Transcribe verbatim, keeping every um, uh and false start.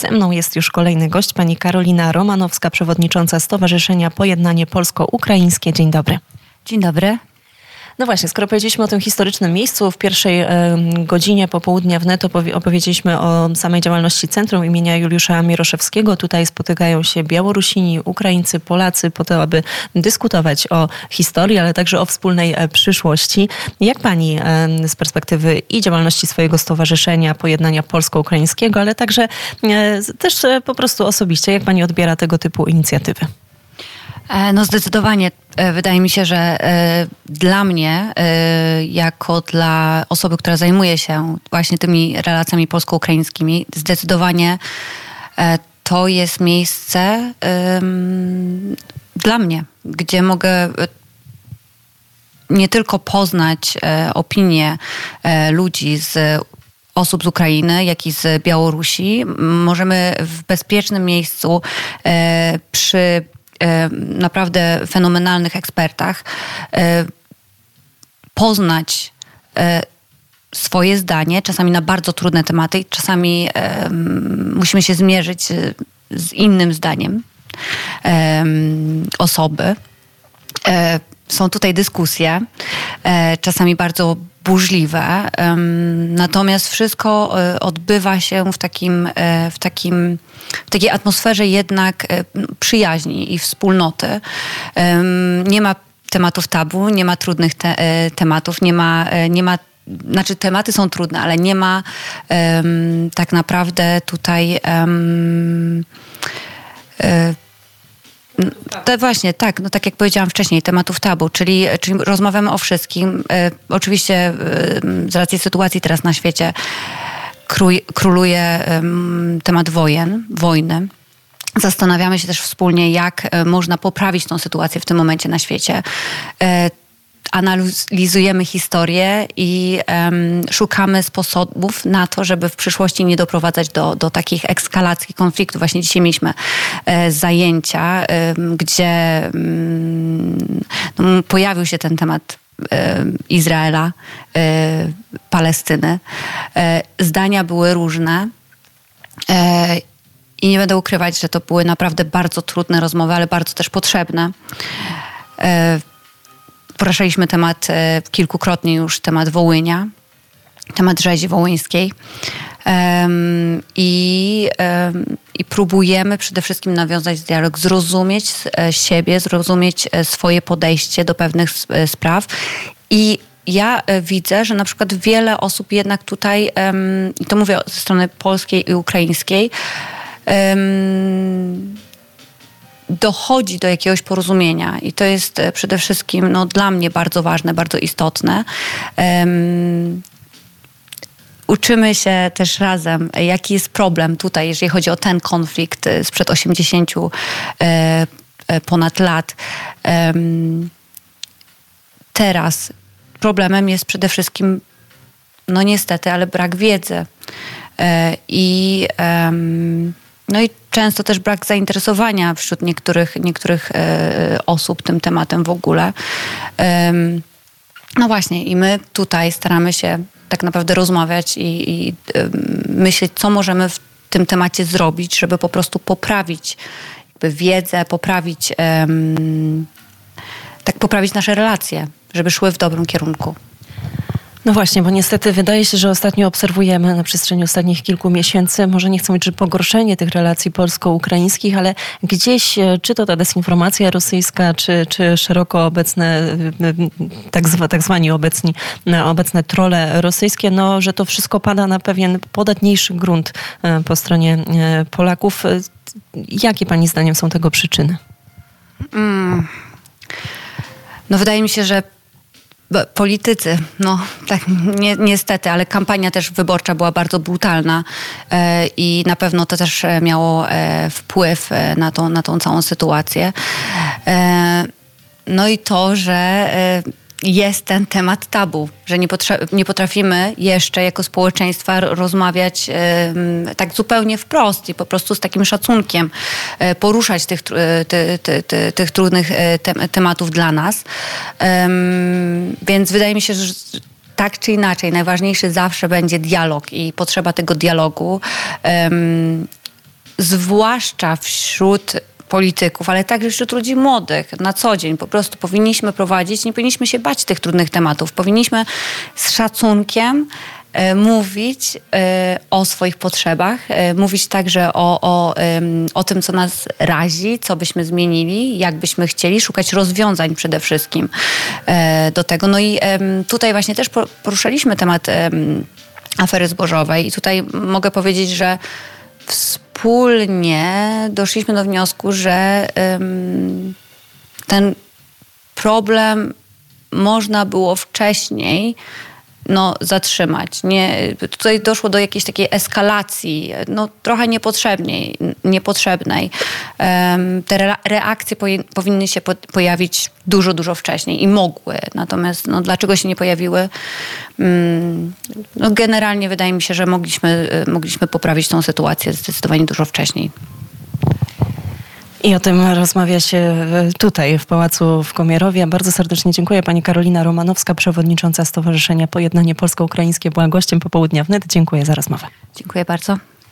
Ze mną jest już kolejny gość, pani Karolina Romanowska, przewodnicząca Stowarzyszenia Pojednanie Polsko-Ukraińskie. Dzień dobry. Dzień dobry. No właśnie, skoro powiedzieliśmy o tym historycznym miejscu, w pierwszej y, godzinie popołudnia wnet opowie- opowiedzieliśmy o samej działalności Centrum imienia Juliusza Mieroszewskiego. Tutaj spotykają się Białorusini, Ukraińcy, Polacy po to, aby dyskutować o historii, ale także o wspólnej e, przyszłości. Jak pani e, z perspektywy i działalności swojego stowarzyszenia Pojednania Polsko-Ukraińskiego, ale także e, też e, po prostu osobiście, jak pani odbiera tego typu inicjatywy? No zdecydowanie wydaje mi się, że dla mnie, jako dla osoby, która zajmuje się właśnie tymi relacjami polsko-ukraińskimi, zdecydowanie to jest miejsce dla mnie, gdzie mogę nie tylko poznać opinie ludzi z osób z Ukrainy, jak i z Białorusi. Możemy w bezpiecznym miejscu przy naprawdę fenomenalnych ekspertach poznać swoje zdanie, czasami na bardzo trudne tematy, czasami musimy się zmierzyć z innym zdaniem osoby. Są tutaj dyskusje, czasami bardzo burzliwe, natomiast wszystko odbywa się w takim, w takim, w takiej atmosferze jednak przyjaźni i wspólnoty. Nie ma tematów tabu, nie ma trudnych te, tematów, nie ma, nie ma, znaczy tematy są trudne, ale nie ma tak naprawdę tutaj to właśnie, tak, no tak jak powiedziałam wcześniej, tematów tabu, czyli, czyli rozmawiamy o wszystkim. E, oczywiście e, z racji sytuacji teraz na świecie krój, króluje e, temat wojen, wojny. Zastanawiamy się też wspólnie, jak e, można poprawić tą sytuację w tym momencie na świecie. E, Analizujemy historię i um, szukamy sposobów na to, żeby w przyszłości nie doprowadzać do, do takich ekskalacji konfliktu. Właśnie dzisiaj mieliśmy e, zajęcia, e, gdzie mm, no, pojawił się ten temat e, Izraela, e, Palestyny. E, zdania były różne. E, I nie będę ukrywać, że to były naprawdę bardzo trudne rozmowy, ale bardzo też potrzebne. E, Poruszaliśmy temat e, kilkukrotnie już, temat Wołynia, temat rzezi wołyńskiej um, i, um, i próbujemy przede wszystkim nawiązać dialog, zrozumieć e, siebie, zrozumieć e, swoje podejście do pewnych e, spraw i ja e, widzę, że na przykład wiele osób jednak tutaj, um, i to mówię ze strony polskiej i ukraińskiej, um, dochodzi do jakiegoś porozumienia i to jest przede wszystkim no, dla mnie bardzo ważne, bardzo istotne. Um, uczymy się też razem, jaki jest problem tutaj, jeżeli chodzi o ten konflikt sprzed osiemdziesięciu e, ponad lat. Um, teraz problemem jest przede wszystkim, no niestety, ale brak wiedzy. E, I um, No i często też brak zainteresowania wśród niektórych, niektórych e, osób tym tematem w ogóle. E, no właśnie i my tutaj staramy się tak naprawdę rozmawiać i, i e, myśleć, co możemy w tym temacie zrobić, żeby po prostu poprawić jakby wiedzę, poprawić e, tak poprawić nasze relacje, żeby szły w dobrym kierunku. No właśnie, bo niestety wydaje się, że ostatnio obserwujemy na przestrzeni ostatnich kilku miesięcy, może nie chcę mówić, że pogorszenie tych relacji polsko-ukraińskich, ale gdzieś, czy to ta dezinformacja rosyjska, czy, czy szeroko obecne, tak, zwa, tak zwani obecni, obecne trolle rosyjskie, no, że to wszystko pada na pewien podatniejszy grunt po stronie Polaków. Jakie pani zdaniem są tego przyczyny? Mm. No wydaje mi się, że politycy, no tak ni- niestety, ale kampania też wyborcza była bardzo brutalna e, i na pewno to też miało e, wpływ e, na, tą, na tą całą sytuację. E, no i to, że e, jest ten temat tabu, że nie, potra- nie potrafimy jeszcze jako społeczeństwa rozmawiać e, tak zupełnie wprost i po prostu z takim szacunkiem e, poruszać tych, ty, ty, ty, tych trudnych e, te- tematów dla nas. E, więc wydaje mi się, że tak czy inaczej najważniejszy zawsze będzie dialog i potrzeba tego dialogu. E, zwłaszcza wśród polityków, ale także wśród ludzi młodych na co dzień. Po prostu powinniśmy prowadzić, nie powinniśmy się bać tych trudnych tematów. Powinniśmy z szacunkiem e, mówić e, o swoich potrzebach, e, mówić także o, o, e, o tym, co nas razi, co byśmy zmienili, jak byśmy chcieli, szukać rozwiązań przede wszystkim e, do tego. No i e, tutaj właśnie też poruszaliśmy temat e, afery zbożowej i tutaj mogę powiedzieć, że wspólnie doszliśmy do wniosku, że um, ten problem można było wcześniej no, zatrzymać. Nie, tutaj doszło do jakiejś takiej eskalacji, no, trochę niepotrzebnej. niepotrzebnej. Um, te re- reakcje poje- powinny się po- pojawić dużo, dużo wcześniej i mogły. Natomiast no, dlaczego się nie pojawiły? Um, no, generalnie wydaje mi się, że mogliśmy, mogliśmy poprawić tą sytuację zdecydowanie dużo wcześniej. I o tym rozmawia się tutaj, w Pałacu w Komierowie. Bardzo serdecznie dziękuję. Pani Karolina Romanowska, przewodnicząca Stowarzyszenia Pojednanie Polsko-Ukraińskie, była gościem Popołudnia Wnet. Dziękuję za rozmowę. Dziękuję bardzo.